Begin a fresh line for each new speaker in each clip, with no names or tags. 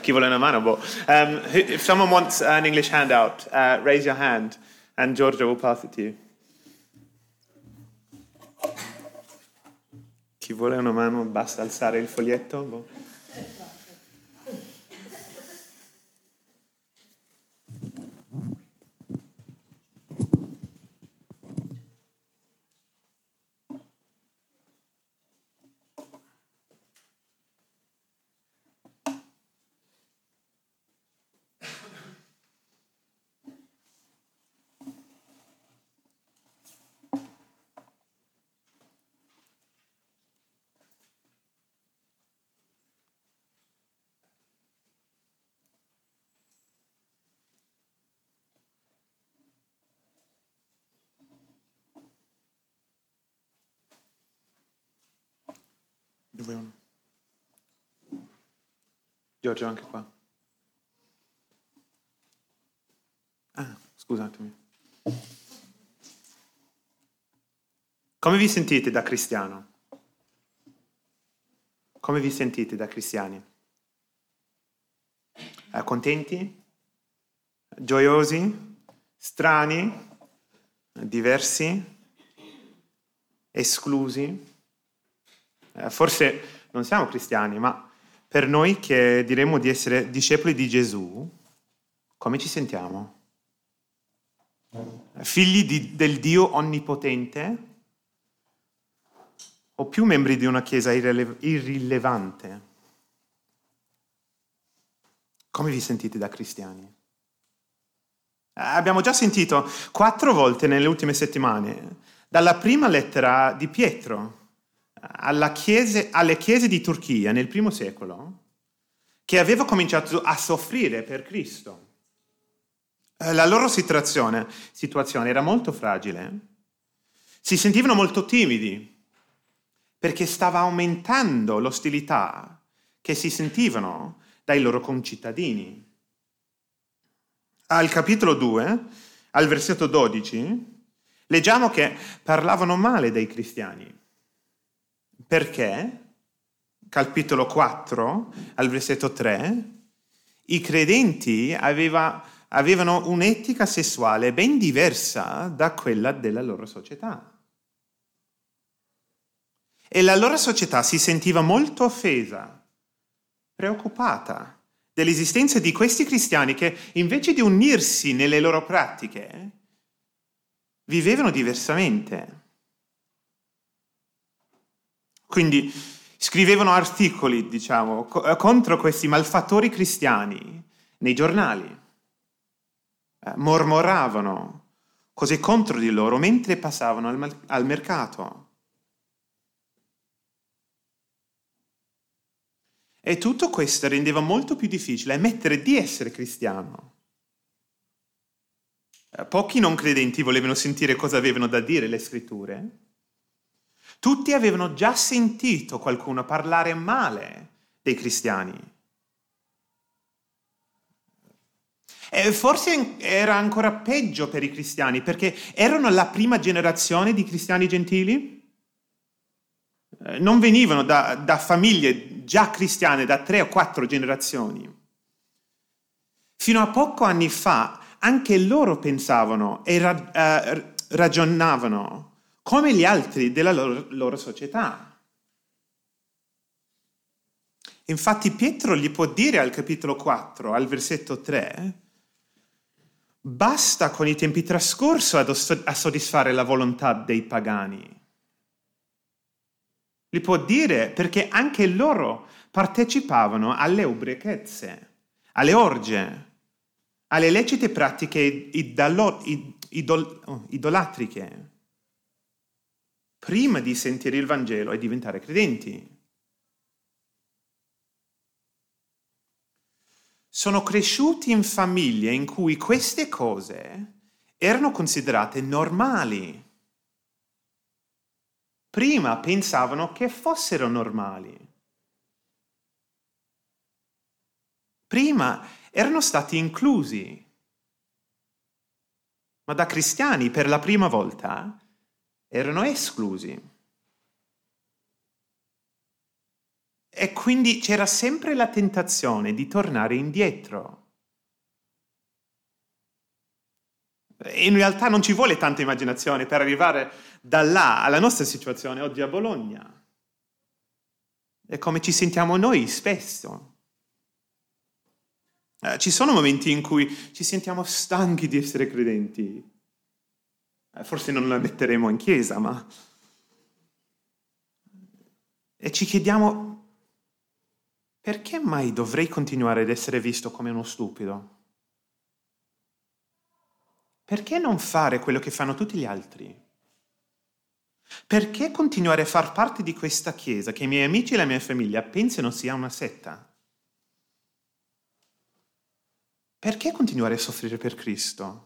Chi vuole una mano? If someone wants an English handout, raise your hand and Giorgio will pass it to you. Chi vuole una mano basta alzare il foglietto. Giorgio anche qua. Scusatemi. Come vi sentite da cristiano? Come vi sentite da cristiani? Contenti? Gioiosi? Strani? Diversi? Esclusi? Forse non siamo cristiani, ma per noi che diremmo di essere discepoli di Gesù, come ci sentiamo? Figli del Dio onnipotente? O più membri di una chiesa irrilevante? Come vi sentite da cristiani? Abbiamo già sentito 4 volte nelle ultime settimane, dalla prima lettera di Pietro alle chiese di Turchia nel primo secolo, che aveva cominciato a soffrire per Cristo. La loro situazione era molto fragile. Si sentivano molto timidi perché stava aumentando l'ostilità che si sentivano dai loro concittadini. Al capitolo 2, al versetto 12, leggiamo che parlavano male dei cristiani. Perché? Capitolo 4, al versetto 3, i credenti avevano un'etica sessuale ben diversa da quella della loro società. E la loro società si sentiva molto offesa, preoccupata dell'esistenza di questi cristiani che, invece di unirsi nelle loro pratiche, vivevano diversamente. Quindi scrivevano articoli, contro questi malfattori cristiani nei giornali. Mormoravano cose contro di loro mentre passavano al mercato. E tutto questo rendeva molto più difficile ammettere di essere cristiano. Pochi non credenti volevano sentire cosa avevano da dire le scritture. Tutti avevano già sentito qualcuno parlare male dei cristiani. E forse era ancora peggio per i cristiani, perché erano la prima generazione di cristiani gentili. Non venivano da famiglie già cristiane da 3 o 4 generazioni. Fino a pochi anni fa anche loro pensavano e ragionavano come gli altri della loro società. Infatti Pietro gli può dire al capitolo 4, al versetto 3, basta con i tempi trascorsi a soddisfare la volontà dei pagani. Li può dire perché anche loro partecipavano alle ubriachezze, alle orge, alle lecite pratiche idolatriche, prima di sentire il Vangelo e diventare credenti. Sono cresciuti in famiglie in cui queste cose erano considerate normali. Prima pensavano che fossero normali. Prima erano stati inclusi. Ma da cristiani per la prima volta erano esclusi. E quindi c'era sempre la tentazione di tornare indietro. E in realtà non ci vuole tanta immaginazione per arrivare da là alla nostra situazione oggi a Bologna. È come ci sentiamo noi spesso. Ci sono momenti in cui ci sentiamo stanchi di essere credenti. Forse non la metteremo in chiesa, ma... E ci chiediamo, perché mai dovrei continuare ad essere visto come uno stupido? Perché non fare quello che fanno tutti gli altri? Perché continuare a far parte di questa chiesa che i miei amici e la mia famiglia pensano sia una setta? Perché continuare a soffrire per Cristo?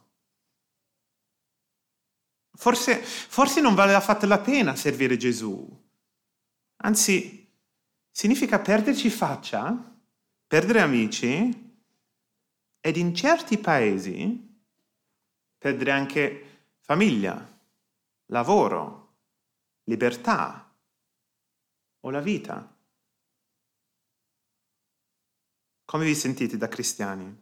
Forse non vale affatto la pena servire Gesù. Anzi, significa perderci faccia, perdere amici ed in certi paesi perdere anche famiglia, lavoro, libertà o la vita. Come vi sentite da cristiani?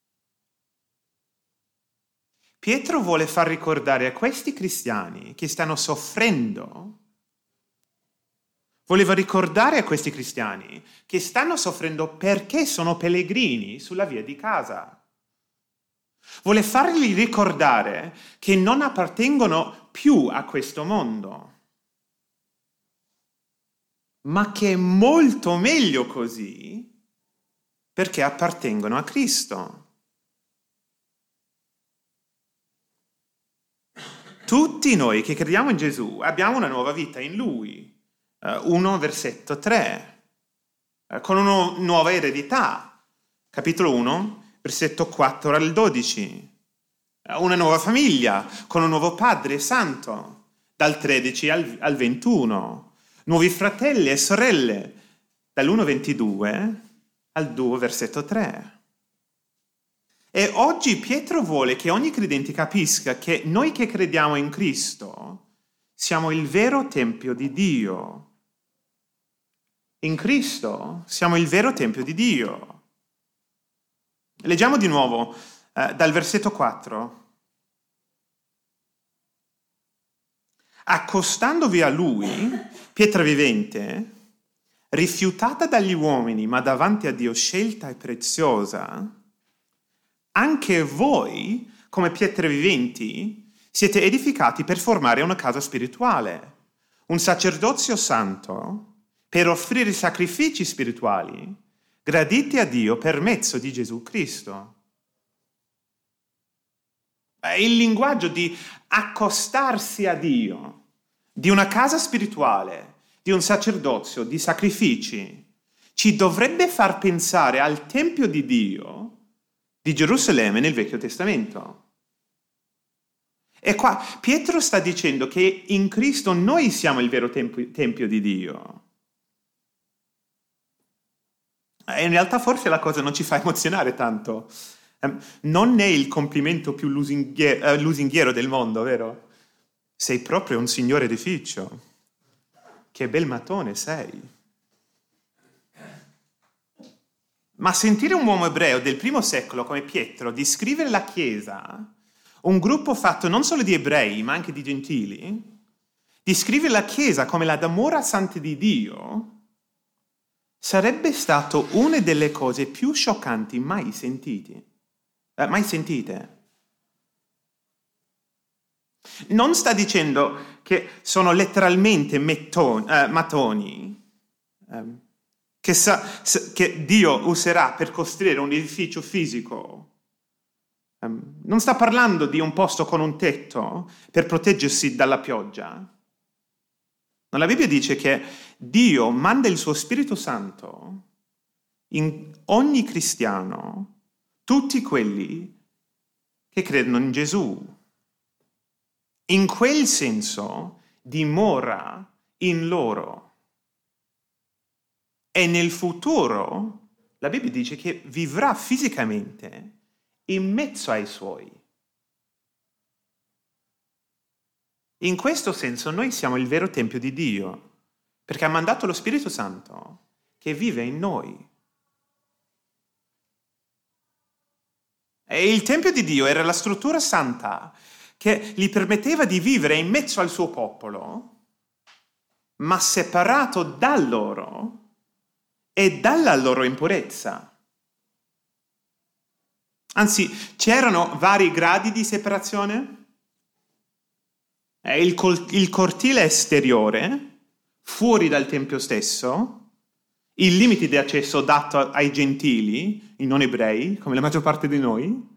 Pietro vuole far ricordare a questi cristiani che stanno soffrendo, voleva ricordare a questi cristiani che stanno soffrendo perché sono pellegrini sulla via di casa. Vuole fargli ricordare che non appartengono più a questo mondo, ma che è molto meglio così perché appartengono a Cristo. Tutti noi che crediamo in Gesù abbiamo una nuova vita in Lui. 1 versetto 3, con una nuova eredità. Capitolo 1, versetto 4 al 12. Una nuova famiglia, con un nuovo Padre Santo, dal 13 al 21. Nuovi fratelli e sorelle, dall'1,22 al 2, versetto 3. E oggi Pietro vuole che ogni credente capisca che noi che crediamo in Cristo siamo il vero Tempio di Dio. In Cristo siamo il vero Tempio di Dio. Leggiamo di nuovo dal versetto 4. Accostandovi a Lui, pietra vivente, rifiutata dagli uomini ma davanti a Dio scelta e preziosa, anche voi, come pietre viventi, siete edificati per formare una casa spirituale, un sacerdozio santo, per offrire sacrifici spirituali, graditi a Dio per mezzo di Gesù Cristo. Il linguaggio di accostarsi a Dio, di una casa spirituale, di un sacerdozio, di sacrifici, ci dovrebbe far pensare al Tempio di Dio di Gerusalemme nel Vecchio Testamento. E qua Pietro sta dicendo che in Cristo noi siamo il vero Tempio di Dio. E in realtà forse la cosa non ci fa emozionare tanto. Non è il complimento più lusinghiero del mondo, vero? Sei proprio un signore edificio. Che bel mattone sei. Ma sentire un uomo ebreo del primo secolo come Pietro descrivere la Chiesa, un gruppo fatto non solo di ebrei ma anche di gentili, descrivere la Chiesa come la dimora santa di Dio, sarebbe stato una delle cose più scioccanti mai sentite. Non sta dicendo che sono letteralmente mattoni, che Dio userà per costruire un edificio fisico. Non sta parlando di un posto con un tetto per proteggersi dalla pioggia. No, la Bibbia dice che Dio manda il suo Spirito Santo in ogni cristiano, tutti quelli che credono in Gesù. In quel senso dimora in loro. E nel futuro la Bibbia dice che vivrà fisicamente in mezzo ai suoi. In questo senso noi siamo il vero Tempio di Dio, perché ha mandato lo Spirito Santo che vive in noi. E il Tempio di Dio era la struttura santa che gli permetteva di vivere in mezzo al suo popolo, ma separato da loro e dalla loro impurezza. Anzi, c'erano vari gradi di separazione. Il cortile esteriore, fuori dal Tempio stesso, i limiti di accesso dato ai gentili, i non ebrei, come la maggior parte di noi.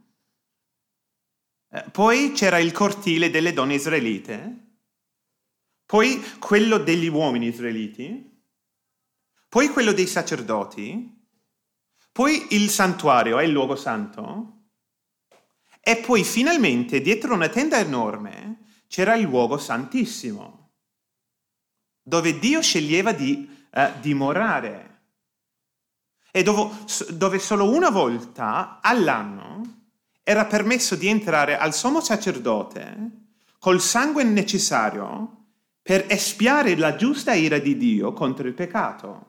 Poi c'era il cortile delle donne israelite, poi quello degli uomini israeliti, poi quello dei sacerdoti, poi il santuario, il luogo santo, e poi finalmente dietro una tenda enorme c'era il luogo santissimo, dove Dio sceglieva di dimorare e dove solo una volta all'anno era permesso di entrare al sommo sacerdote col sangue necessario per espiare la giusta ira di Dio contro il peccato.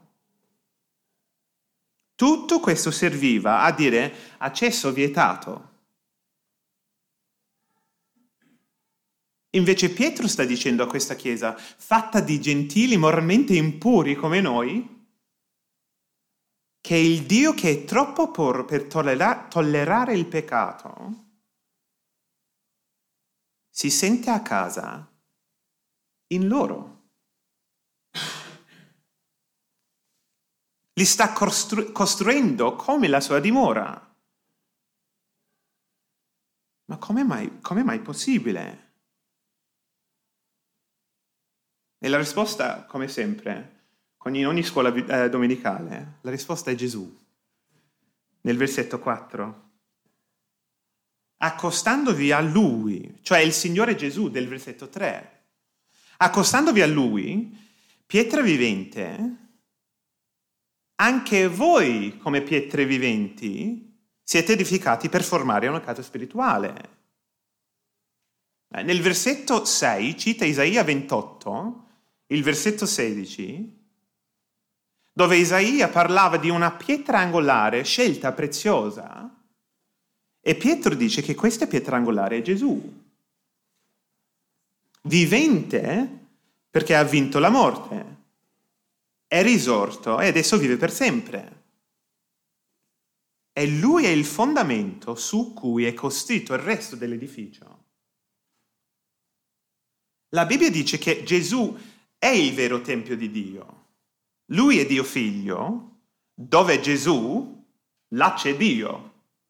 Tutto questo serviva a dire accesso vietato. Invece Pietro sta dicendo a questa chiesa, fatta di gentili moralmente impuri come noi, che il Dio che è troppo puro per tollerare il peccato si sente a casa in loro. Li sta costruendo come la sua dimora. Ma come mai possibile? E la risposta, come sempre, in ogni scuola domenicale, la risposta è Gesù. Nel versetto 4. Accostandovi a Lui, cioè il Signore Gesù del versetto 3, accostandovi a Lui, pietra vivente, anche voi come pietre viventi siete edificati per formare una casa spirituale. Nel versetto 6 cita Isaia 28, il versetto 16, dove Isaia parlava di una pietra angolare scelta preziosa, e Pietro dice che questa pietra angolare è Gesù. Vivente perché ha vinto la morte, è risorto e adesso vive per sempre. E lui è il fondamento su cui è costruito il resto dell'edificio. La Bibbia dice che Gesù è il vero Tempio di Dio. Lui è Dio Figlio, dove è Gesù, là c'è Dio.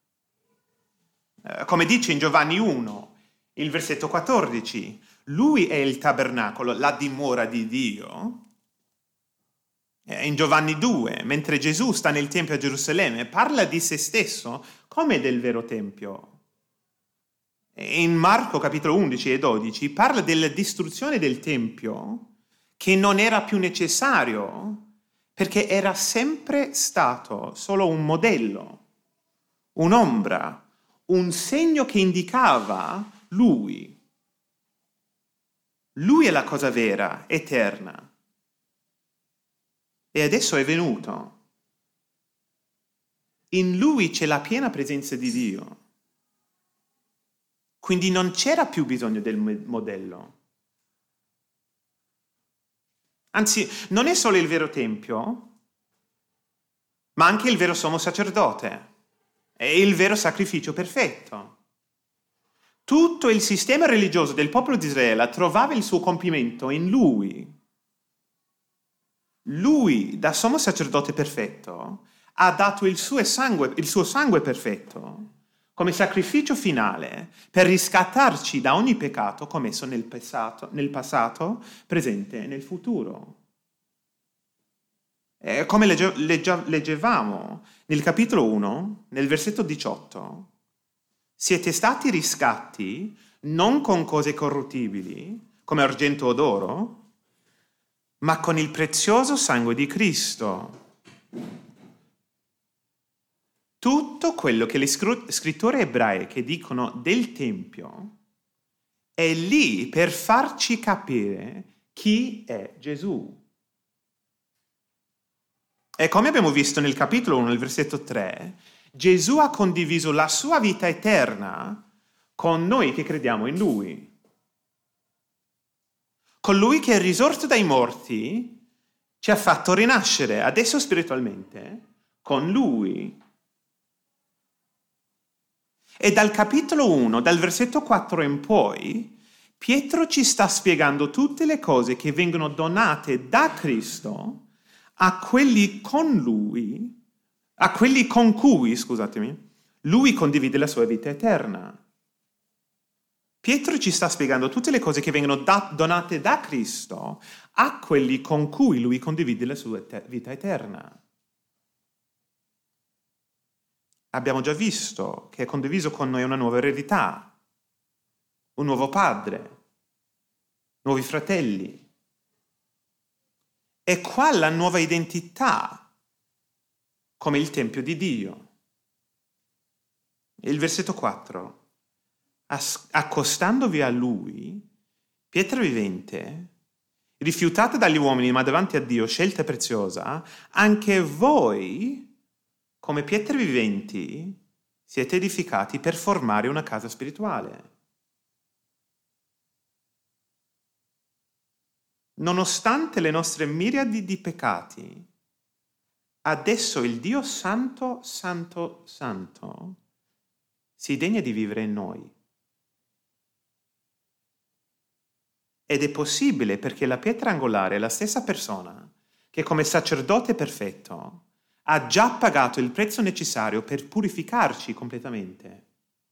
Come dice in Giovanni 1, il versetto 14, lui è il tabernacolo, la dimora di Dio. In Giovanni 2, mentre Gesù sta nel Tempio a Gerusalemme, parla di se stesso come del vero Tempio. In Marco capitolo 11 e 12 parla della distruzione del Tempio, che non era più necessario, perché era sempre stato solo un modello, un'ombra, un segno che indicava Lui. Lui è la cosa vera, eterna. E adesso è venuto. In Lui c'è la piena presenza di Dio. Quindi non c'era più bisogno del modello. Anzi, non è solo il vero Tempio, ma anche il vero sommo sacerdote e il vero sacrificio perfetto. Tutto il sistema religioso del popolo di Israele trovava il suo compimento in Lui. Lui, da sommo sacerdote perfetto, ha dato il suo sangue perfetto come sacrificio finale per riscattarci da ogni peccato commesso nel passato, presente e nel futuro. Come leggevamo nel capitolo 1, nel versetto 18, siete stati riscatti non con cose corruttibili, come argento o d'oro, ma con il prezioso sangue di Cristo. Tutto quello che le scritture ebraiche dicono del Tempio è lì per farci capire chi è Gesù. E come abbiamo visto nel capitolo 1, nel versetto 3, Gesù ha condiviso la sua vita eterna con noi che crediamo in Lui. Colui che è risorto dai morti ci ha fatto rinascere adesso spiritualmente con Lui. E dal capitolo 1, dal versetto 4 in poi, Pietro ci sta spiegando tutte le cose che vengono donate da Cristo a quelli con Lui, a quelli con cui, scusatemi, Lui condivide la sua vita eterna. Pietro ci sta spiegando tutte le cose che vengono donate da Cristo a quelli con cui Lui condivide la sua vita eterna. Abbiamo già visto che ha condiviso con noi una nuova eredità, un nuovo padre, nuovi fratelli. E qua la nuova identità come il Tempio di Dio. Il versetto 4. Accostandovi a Lui, pietra vivente, rifiutata dagli uomini ma davanti a Dio, scelta preziosa, anche voi, come pietre viventi, siete edificati per formare una casa spirituale. Nonostante le nostre miriadi di peccati, adesso il Dio Santo, Santo, Santo si degna di vivere in noi. Ed è possibile perché la pietra angolare è la stessa persona che come sacerdote perfetto ha già pagato il prezzo necessario per purificarci completamente.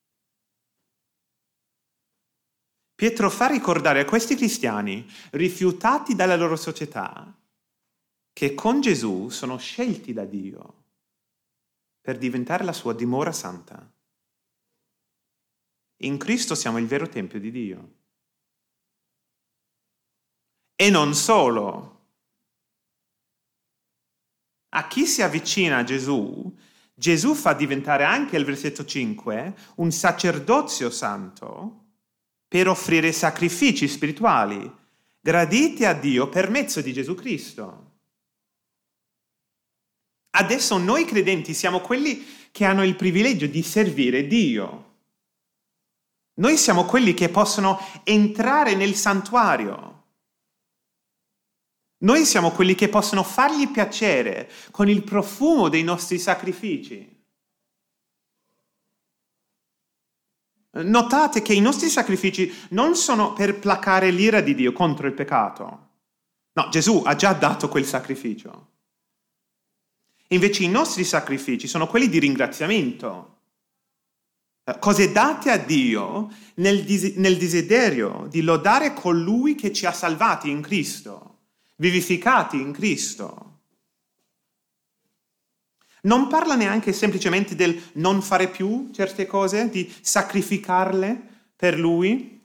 Pietro fa ricordare a questi cristiani, rifiutati dalla loro società, che con Gesù sono scelti da Dio per diventare la sua dimora santa. In Cristo siamo il vero Tempio di Dio. E non solo. A chi si avvicina a Gesù, Gesù fa diventare anche il versetto 5 un sacerdozio santo per offrire sacrifici spirituali graditi a Dio per mezzo di Gesù Cristo. Adesso noi credenti siamo quelli che hanno il privilegio di servire Dio. Noi siamo quelli che possono entrare nel santuario. Noi siamo quelli che possono fargli piacere con il profumo dei nostri sacrifici. Notate che i nostri sacrifici non sono per placare l'ira di Dio contro il peccato. No, Gesù ha già dato quel sacrificio. Invece i nostri sacrifici sono quelli di ringraziamento. Cose date a Dio nel desiderio di lodare colui che ci ha salvati in Cristo. Vivificati in Cristo. Non parla neanche semplicemente del non fare più certe cose, di sacrificarle per Lui.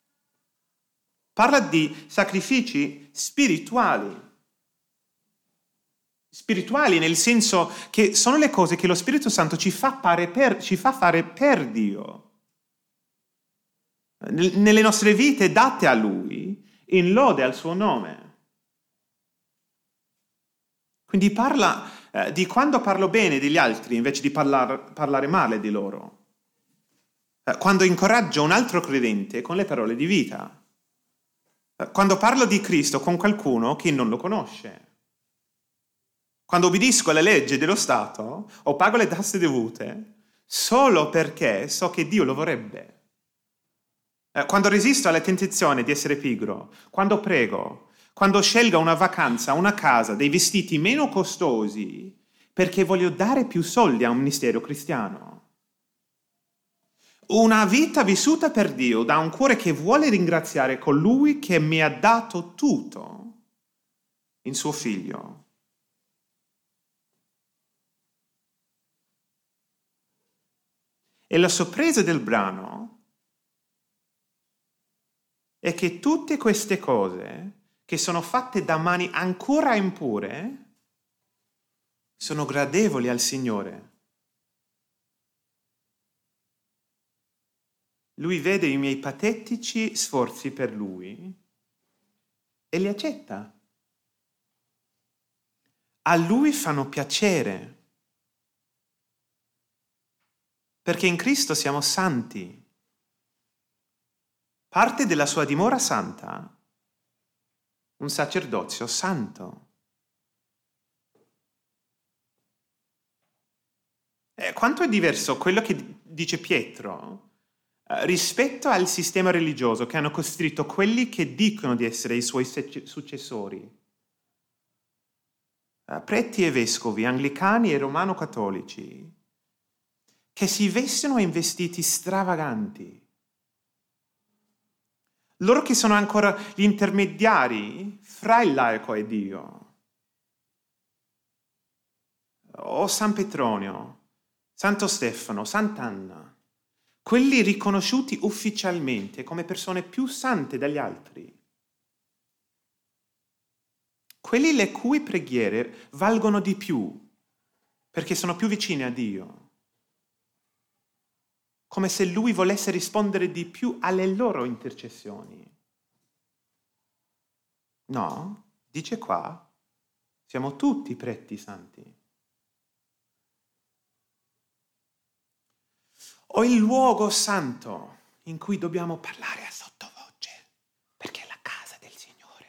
Parla di sacrifici spirituali. Spirituali nel senso che sono le cose che lo Spirito Santo ci fa fare per Dio. Nelle nostre vite date a Lui, in lode al suo nome. Quindi parla di quando parlo bene degli altri invece di parlare male di loro. Quando incoraggio un altro credente con le parole di vita. Quando parlo di Cristo con qualcuno che non lo conosce. Quando obbedisco alle leggi dello Stato o pago le tasse dovute solo perché so che Dio lo vorrebbe. Quando resisto alla tentazione di essere pigro. Quando prego. Quando scelgo una vacanza, una casa, dei vestiti meno costosi, perché voglio dare più soldi a un ministero cristiano. Una vita vissuta per Dio, da un cuore che vuole ringraziare colui che mi ha dato tutto in suo Figlio. E la sorpresa del brano è che tutte queste cose che sono fatte da mani ancora impure, sono gradevoli al Signore. Lui vede i miei patetici sforzi per Lui e li accetta. a Lui fanno piacere. Perché in Cristo siamo santi. Parte della sua dimora santa, un sacerdozio santo. Quanto è diverso quello che dice Pietro rispetto al sistema religioso che hanno costruito quelli che dicono di essere i suoi successori. Preti e vescovi, anglicani e romano-cattolici, che si vestono in vestiti stravaganti. Loro che sono ancora gli intermediari fra il laico e Dio. O San Petronio, Santo Stefano, Sant'Anna, quelli riconosciuti ufficialmente come persone più sante dagli altri. Quelli le cui preghiere valgono di più, perché sono più vicine a Dio. Come se Lui volesse rispondere di più alle loro intercessioni. No, dice qua, siamo tutti preti santi. O il luogo santo in cui dobbiamo parlare a sottovoce, perché è la casa del Signore.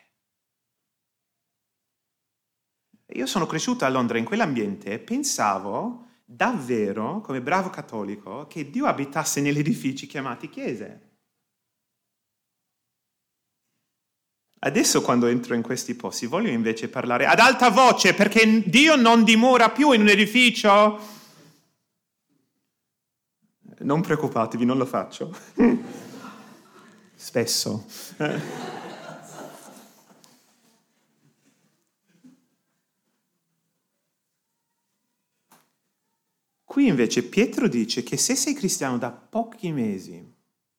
Io sono cresciuto a Londra in quell'ambiente e pensavo davvero, come bravo cattolico, che Dio abitasse negli edifici chiamati chiese. Adesso quando entro in questi posti voglio invece parlare ad alta voce perché Dio non dimora più in un edificio. Non preoccupatevi, non lo faccio. Spesso. Qui invece Pietro dice che se sei cristiano da pochi mesi,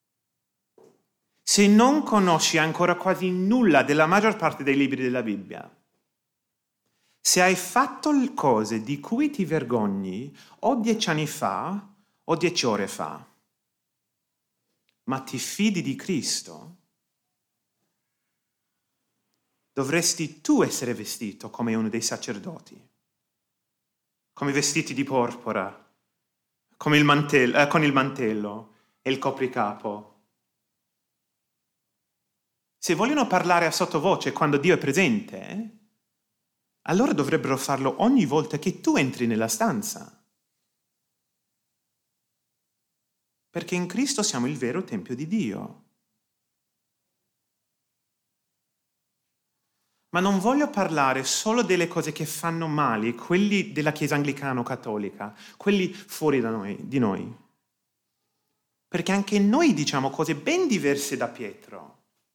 se non conosci ancora quasi nulla della maggior parte dei libri della Bibbia, se hai fatto le cose di cui ti vergogni o 10 anni fa o 10 ore fa, ma ti fidi di Cristo, dovresti tu essere vestito come uno dei sacerdoti, come vestiti di porpora, con il mantello e il copricapo. Se vogliono parlare a sottovoce quando Dio è presente, allora dovrebbero farlo ogni volta che tu entri nella stanza. Perché in Cristo siamo il vero Tempio di Dio. Ma non voglio parlare solo delle cose che fanno male, quelli della Chiesa anglicano-cattolica, quelli fuori di noi. Perché anche noi diciamo cose ben diverse da Pietro.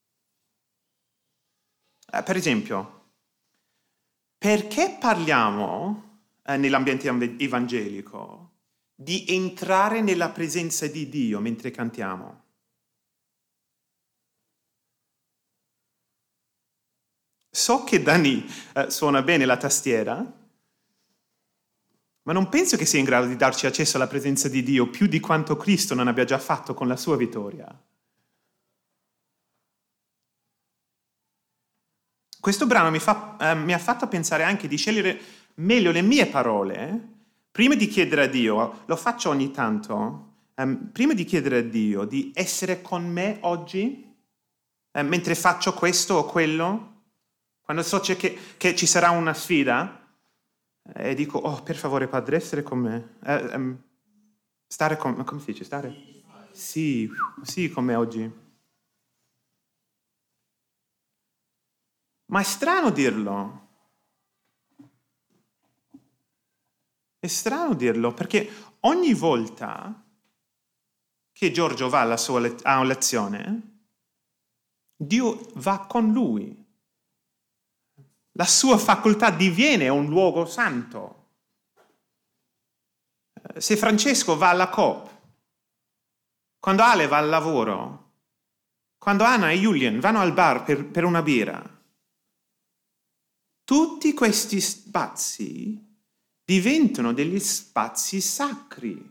Per esempio, perché parliamo nell'ambiente evangelico di entrare nella presenza di Dio mentre cantiamo? So che Dani suona bene la tastiera, ma non penso che sia in grado di darci accesso alla presenza di Dio più di quanto Cristo non abbia già fatto con la sua vittoria. Questo brano mi ha fatto pensare anche di scegliere meglio le mie parole. Prima di chiedere a Dio, lo faccio ogni tanto, prima di chiedere a Dio di essere con me oggi, mentre faccio questo o quello, quando so che ci sarà una sfida, e dico, oh, per favore, Padre, essere con me. Stare con me, come si dice, stare? Sì, con me oggi. Ma è strano dirlo. È strano dirlo, perché ogni volta che Giorgio va a una lezione, Dio va con lui. La sua facoltà diviene un luogo santo. Se Francesco va alla Coop, quando Ale va al lavoro, quando Anna e Julian vanno al bar per una birra, tutti questi spazi diventano degli spazi sacri.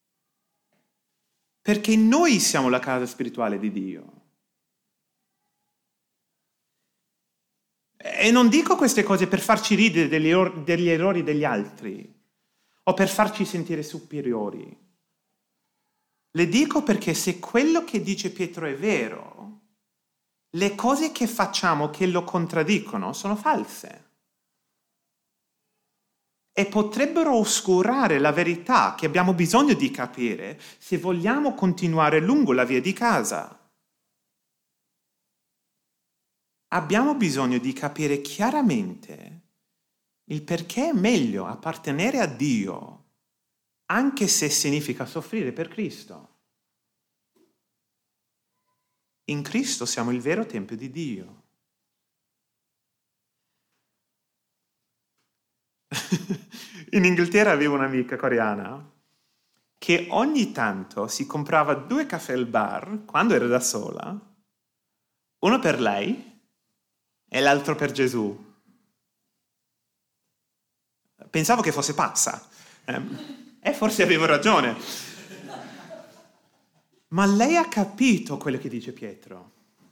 Perché noi siamo la casa spirituale di Dio. E non dico queste cose per farci ridere degli errori degli altri o per farci sentire superiori. Le dico perché se quello che dice Pietro è vero, le cose che facciamo che lo contraddicono sono false e potrebbero oscurare la verità che abbiamo bisogno di capire se vogliamo continuare lungo la via di casa. Abbiamo bisogno di capire chiaramente il perché è meglio appartenere a Dio, anche se significa soffrire per Cristo. In Cristo siamo il vero tempio di Dio. In Inghilterra avevo un'amica coreana che ogni tanto si comprava 2 caffè al bar quando era da sola, uno per lei e l'altro per Gesù. Pensavo che fosse pazza, e forse avevo ragione. Ma lei ha capito quello che dice Pietro.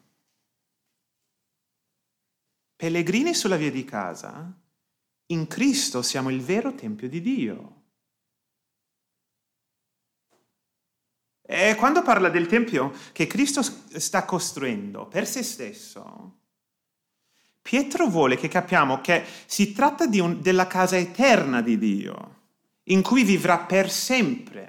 Pellegrini sulla via di casa, in Cristo siamo il vero tempio di Dio. E quando parla del tempio che Cristo sta costruendo per se stesso, Pietro vuole che capiamo che si tratta della casa eterna di Dio, in cui vivrà per sempre.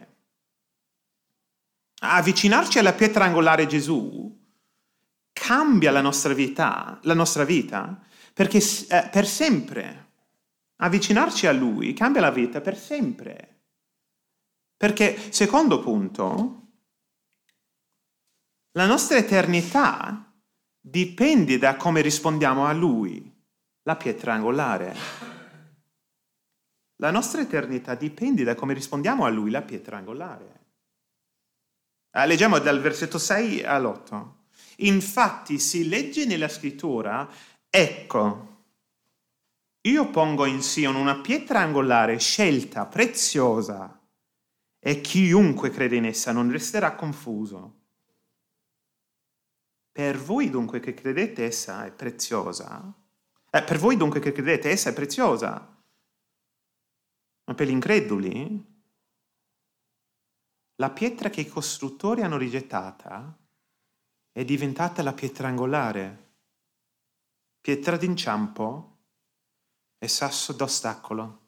Avvicinarci alla pietra angolare Gesù cambia la nostra vita perché per sempre. Avvicinarci a Lui cambia la vita per sempre. Perché, secondo punto, la nostra eternità dipende da come rispondiamo a Lui, la pietra angolare. La nostra eternità dipende da come rispondiamo a Lui, la pietra angolare. Leggiamo dal versetto 6 all'8. Infatti si legge nella scrittura, ecco, io pongo in Sion una pietra angolare scelta, preziosa, e chiunque crede in essa non resterà confuso. Per voi dunque che credete essa è preziosa, per voi dunque che credete essa è preziosa, ma per gli increduli, la pietra che i costruttori hanno rigettata è diventata la pietra angolare, pietra d'inciampo e sasso d'ostacolo.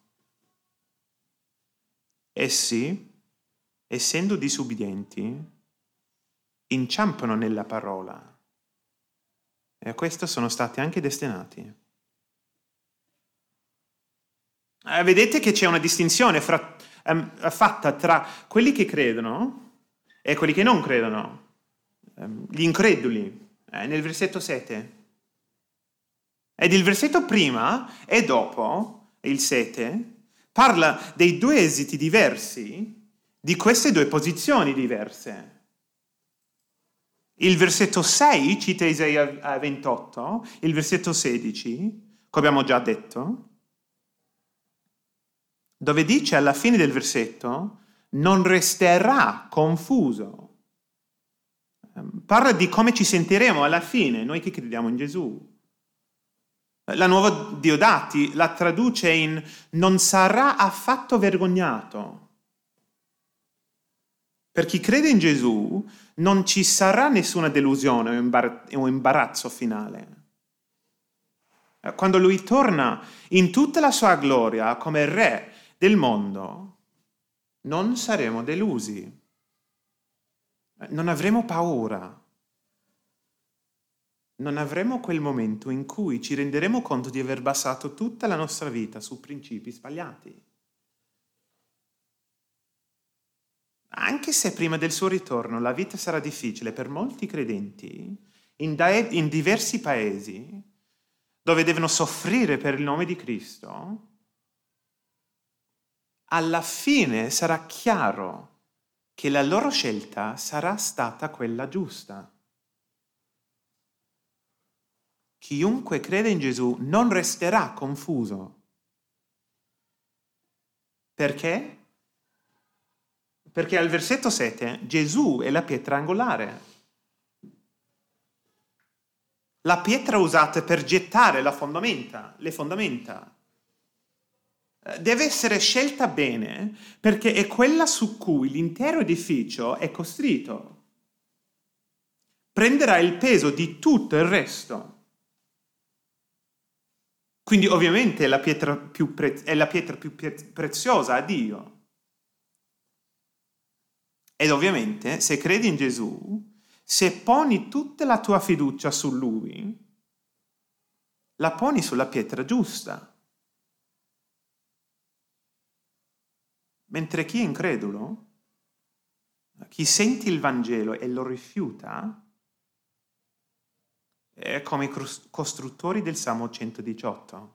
Essi, essendo disubbidienti, inciampano nella parola e a questo sono stati anche destinati. Vedete che c'è una distinzione fatta tra quelli che credono e quelli che non credono, gli increduli, nel versetto 7. Ed il versetto prima e dopo, il 7, parla dei 2 esiti diversi di queste 2 posizioni diverse. Il versetto 6 cita Isaia 28, il versetto 16, come abbiamo già detto, dove dice alla fine del versetto non resterà confuso. Parla di come ci sentiremo alla fine, noi che crediamo in Gesù. La Nuova Diodati la traduce in non sarà affatto vergognato. Per chi crede in Gesù non ci sarà nessuna delusione o imbarazzo finale. Quando Lui torna in tutta la sua gloria come Re del mondo, non saremo delusi, non avremo paura, non avremo quel momento in cui ci renderemo conto di aver basato tutta la nostra vita su principi sbagliati. Anche se prima del suo ritorno la vita sarà difficile per molti credenti in diversi paesi dove devono soffrire per il nome di Cristo, alla fine sarà chiaro che la loro scelta sarà stata quella giusta. Chiunque crede in Gesù non resterà confuso. Perché? Perché al versetto 7 Gesù è la pietra angolare. la pietra usata per gettare le fondamenta. Deve essere scelta bene perché è quella su cui l'intero edificio è costruito. Prenderà il peso di tutto il resto. Quindi ovviamente è la pietra più preziosa a Dio. Ed ovviamente se credi in Gesù, se poni tutta la tua fiducia su Lui, la poni sulla pietra giusta. Mentre chi è incredulo, chi sente il Vangelo e lo rifiuta, è come i costruttori del Salmo 118.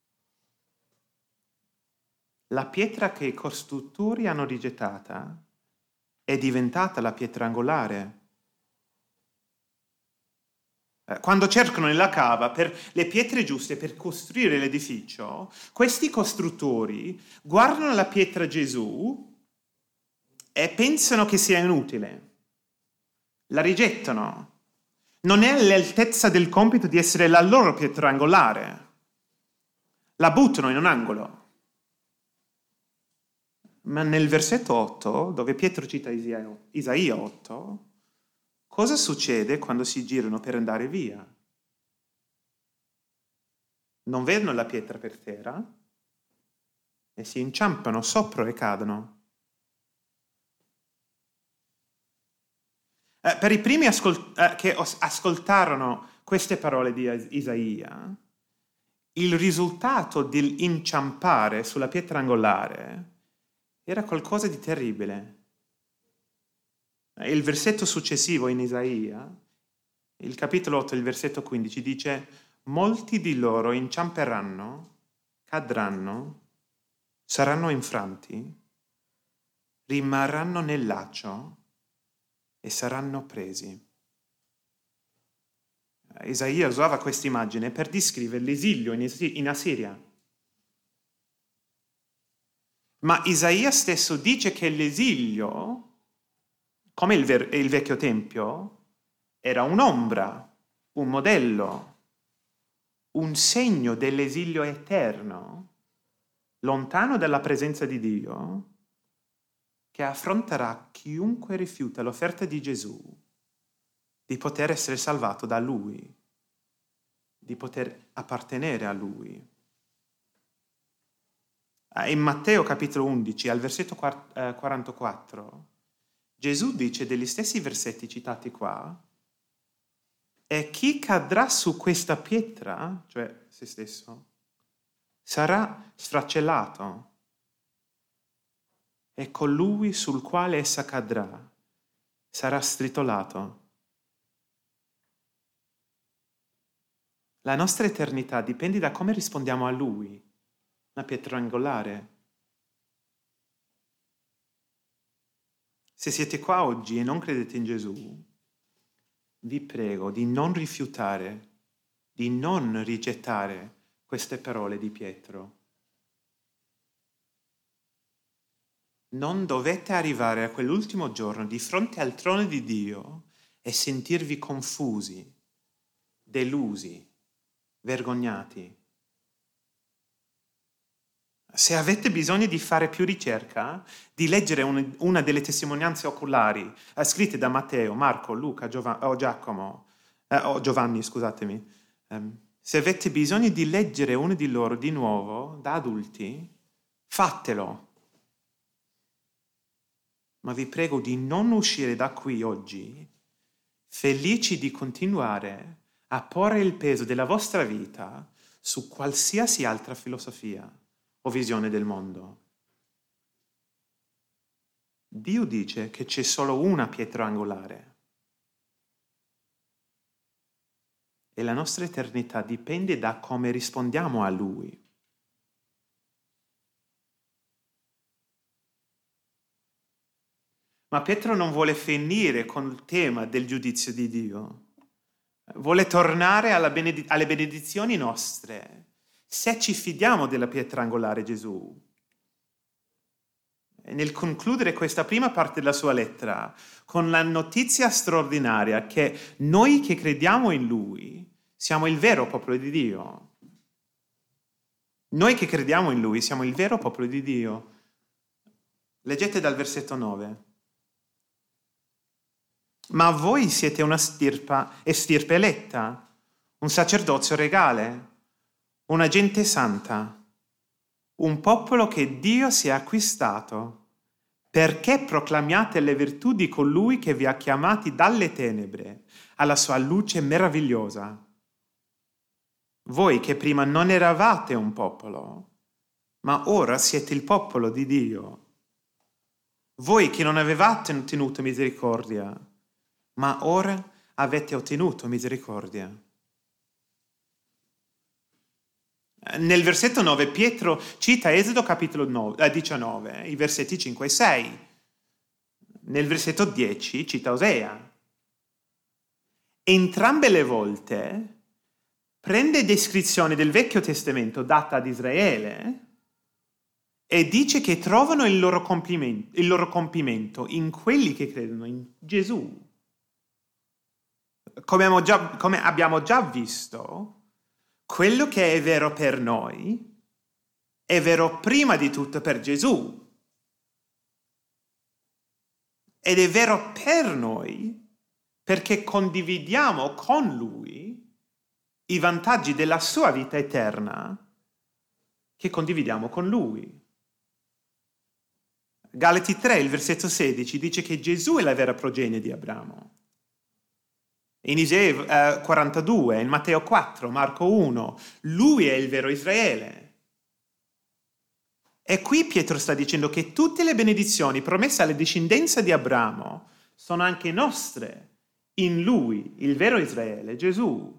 La pietra che i costruttori hanno rigettata è diventata la pietra angolare. Quando cercano nella cava per le pietre giuste per costruire l'edificio, questi costruttori guardano la pietra Gesù e pensano che sia inutile. La rigettano. Non è all'altezza del compito di essere la loro pietra angolare. La buttano in un angolo. Ma nel versetto 8, dove Pietro cita Isaia 8, cosa succede quando si girano per andare via? Non vedono la pietra per terra e si inciampano sopra e cadono. Per i primi che ascoltarono queste parole di Isaia, il risultato dell'inciampare sulla pietra angolare era qualcosa di terribile. Il versetto successivo in Isaia, il capitolo 8, il versetto 15, dice: molti di loro inciamperanno, cadranno, saranno infranti, rimarranno nel laccio e saranno presi. Isaia usava questa immagine per descrivere l'esilio in Assiria. Ma Isaia stesso dice che l'esilio, come il vecchio tempio, era un'ombra, un modello, un segno dell'esilio eterno, lontano dalla presenza di Dio, che affronterà chiunque rifiuta l'offerta di Gesù di poter essere salvato da Lui, di poter appartenere a Lui. In Matteo capitolo 11, al versetto 44, Gesù dice degli stessi versetti citati qua: e chi cadrà su questa pietra, cioè se stesso, sarà sfracellato, e colui sul quale essa cadrà sarà stritolato. La nostra eternità dipende da come rispondiamo a Lui, la pietra angolare. Se siete qua oggi e non credete in Gesù, vi prego di non rifiutare, di non rigettare queste parole di Pietro. Non dovete arrivare a quell'ultimo giorno di fronte al trono di Dio e sentirvi confusi, delusi, vergognati. Se avete bisogno di fare più ricerca, di leggere una delle testimonianze oculari scritte da Matteo, Marco, Luca, Giovanni, scusatemi. Se avete bisogno di leggere uno di loro di nuovo, da adulti, fatelo. Ma vi prego di non uscire da qui oggi felici di continuare a porre il peso della vostra vita su qualsiasi altra filosofia o visione del mondo. Dio dice che c'è solo una pietra angolare e la nostra eternità dipende da come rispondiamo a Lui. Ma Pietro non vuole finire con il tema del giudizio di Dio. Vuole tornare alle benedizioni nostre, se ci fidiamo della pietra angolare Gesù. E nel concludere questa prima parte della sua lettera con la notizia straordinaria che noi che crediamo in Lui Siamo il vero popolo di Dio. Noi che crediamo in Lui siamo il vero popolo di Dio. Leggete dal versetto 9. Ma voi siete una stirpe eletta, un sacerdozio regale, una gente santa, un popolo che Dio si è acquistato, perché proclamiate le virtù di colui che vi ha chiamati dalle tenebre alla sua luce meravigliosa. Voi che prima non eravate un popolo, ma ora siete il popolo di Dio. Voi che non avevate ottenuto misericordia, ma ora avete ottenuto misericordia. Nel versetto 9 Pietro cita Esodo capitolo 19, i versetti 5 e 6. Nel versetto 10 cita Osea. Entrambe le volte prende descrizioni del Vecchio Testamento data ad Israele e dice che trovano il loro compimento in quelli che credono in Gesù. Come abbiamo già visto, quello che è vero per noi è vero prima di tutto per Gesù. Ed è vero per noi perché condividiamo con Lui i vantaggi della sua vita eterna che condividiamo con Lui. Galati 3, il versetto 16, dice che Gesù è la vera progenie di Abramo. In Isaia 42, in Matteo 4, Marco 1, Lui è il vero Israele. E qui Pietro sta dicendo che tutte le benedizioni promesse alla discendenza di Abramo sono anche nostre in Lui, il vero Israele, Gesù.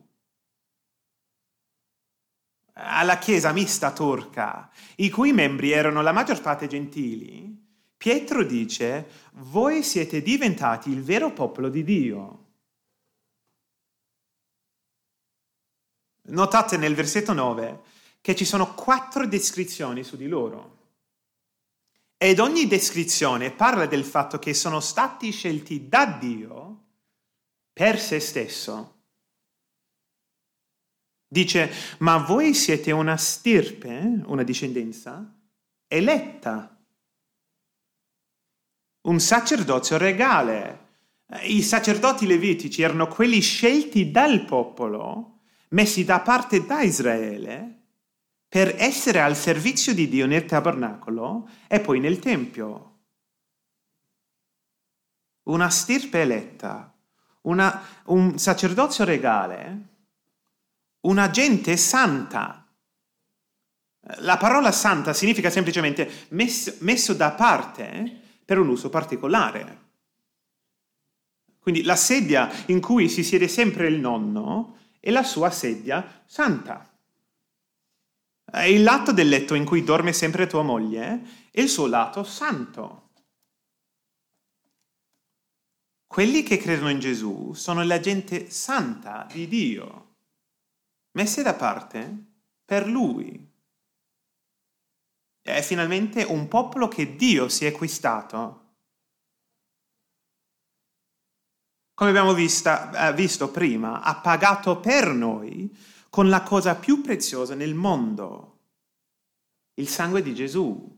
Alla chiesa mista turca, i cui membri erano la maggior parte gentili, Pietro dice: voi siete diventati il vero popolo di Dio. Notate nel versetto 9 che ci sono 4 descrizioni su di loro. Ed ogni descrizione parla del fatto che sono stati scelti da Dio per se stesso. Dice: ma voi siete una stirpe, una discendenza, eletta. Un sacerdozio regale. I sacerdoti levitici erano quelli scelti dal popolo, messi da parte da Israele, per essere al servizio di Dio nel tabernacolo e poi nel Tempio. Una stirpe eletta, un sacerdozio regale, una gente santa. La parola santa significa semplicemente messo da parte per un uso particolare. Quindi la sedia in cui si siede sempre il nonno è la sua sedia santa. Il lato del letto in cui dorme sempre tua moglie è il suo lato santo. Quelli che credono in Gesù sono la gente santa di Dio, messe da parte per Lui. È finalmente un popolo che Dio si è acquistato. Come abbiamo visto prima, ha pagato per noi con la cosa più preziosa nel mondo, il sangue di Gesù.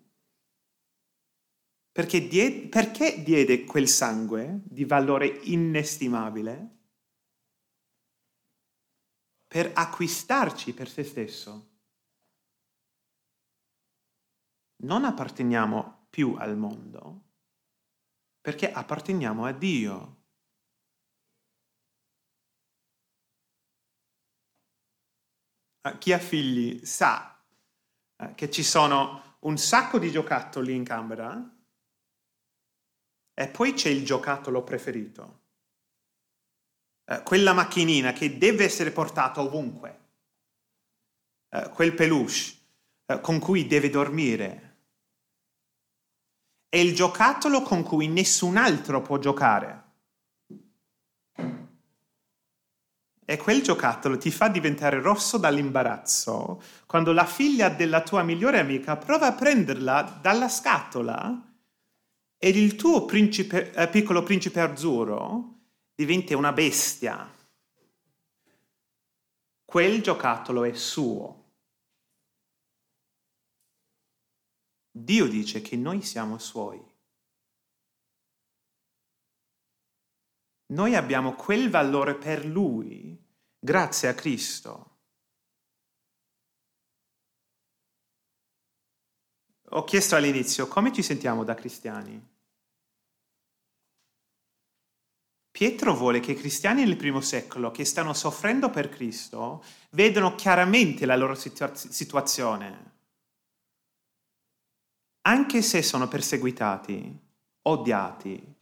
Perché diede quel sangue di valore inestimabile? Per acquistarci per se stesso. Non apparteniamo più al mondo, perché apparteniamo a Dio. Chi ha figli sa che ci sono un sacco di giocattoli in camera e poi c'è il giocattolo preferito. Quella macchinina che deve essere portata ovunque. Quel peluche con cui deve dormire. È il giocattolo con cui nessun altro può giocare. E quel giocattolo ti fa diventare rosso dall'imbarazzo quando la figlia della tua migliore amica prova a prenderla dalla scatola ed il tuo piccolo principe azzurro diventa una bestia. quel giocattolo è suo. Dio dice che noi siamo suoi. Noi abbiamo quel valore per Lui grazie a Cristo. Ho chiesto all'inizio come ci sentiamo da cristiani. Pietro vuole che i cristiani del primo secolo che stanno soffrendo per Cristo vedano chiaramente la loro situazione. Anche se sono perseguitati, odiati,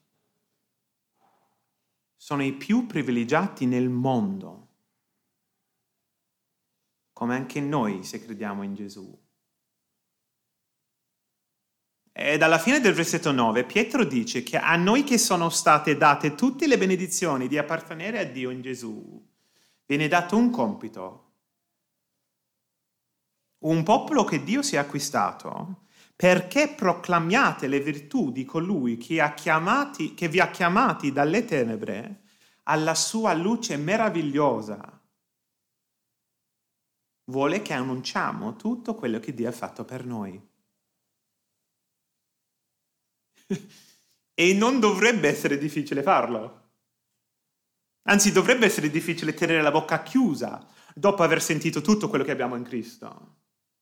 sono i più privilegiati nel mondo, come anche noi se crediamo in Gesù. E dalla fine del versetto 9 Pietro dice che a noi che sono state date tutte le benedizioni di appartenere a Dio in Gesù, viene dato un compito. Un popolo che Dio si è acquistato perché proclamiate le virtù di colui che vi ha chiamati dalle tenebre alla sua luce meravigliosa. Vuole che annunciamo tutto quello che Dio ha fatto per noi. E non dovrebbe essere difficile farlo. Anzi, dovrebbe essere difficile tenere la bocca chiusa dopo aver sentito tutto quello che abbiamo in Cristo.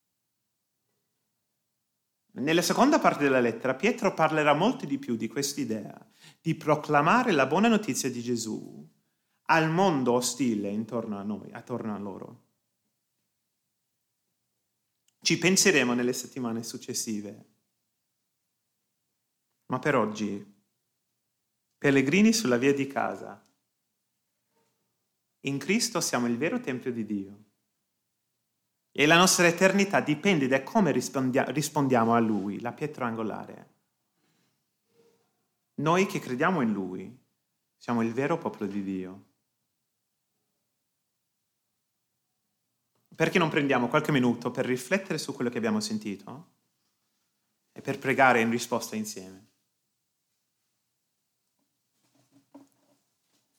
Nella seconda parte della lettera, Pietro parlerà molto di più di quest'idea di proclamare la buona notizia di Gesù al mondo ostile intorno a noi, attorno a loro. Ci penseremo nelle settimane successive. Ma per oggi, pellegrini sulla via di casa, in Cristo siamo il vero Tempio di Dio. E la nostra eternità dipende da come rispondiamo a Lui, la pietra angolare. Noi che crediamo in Lui siamo il vero popolo di Dio. Perché non prendiamo qualche minuto per riflettere su quello che abbiamo sentito e per pregare in risposta insieme?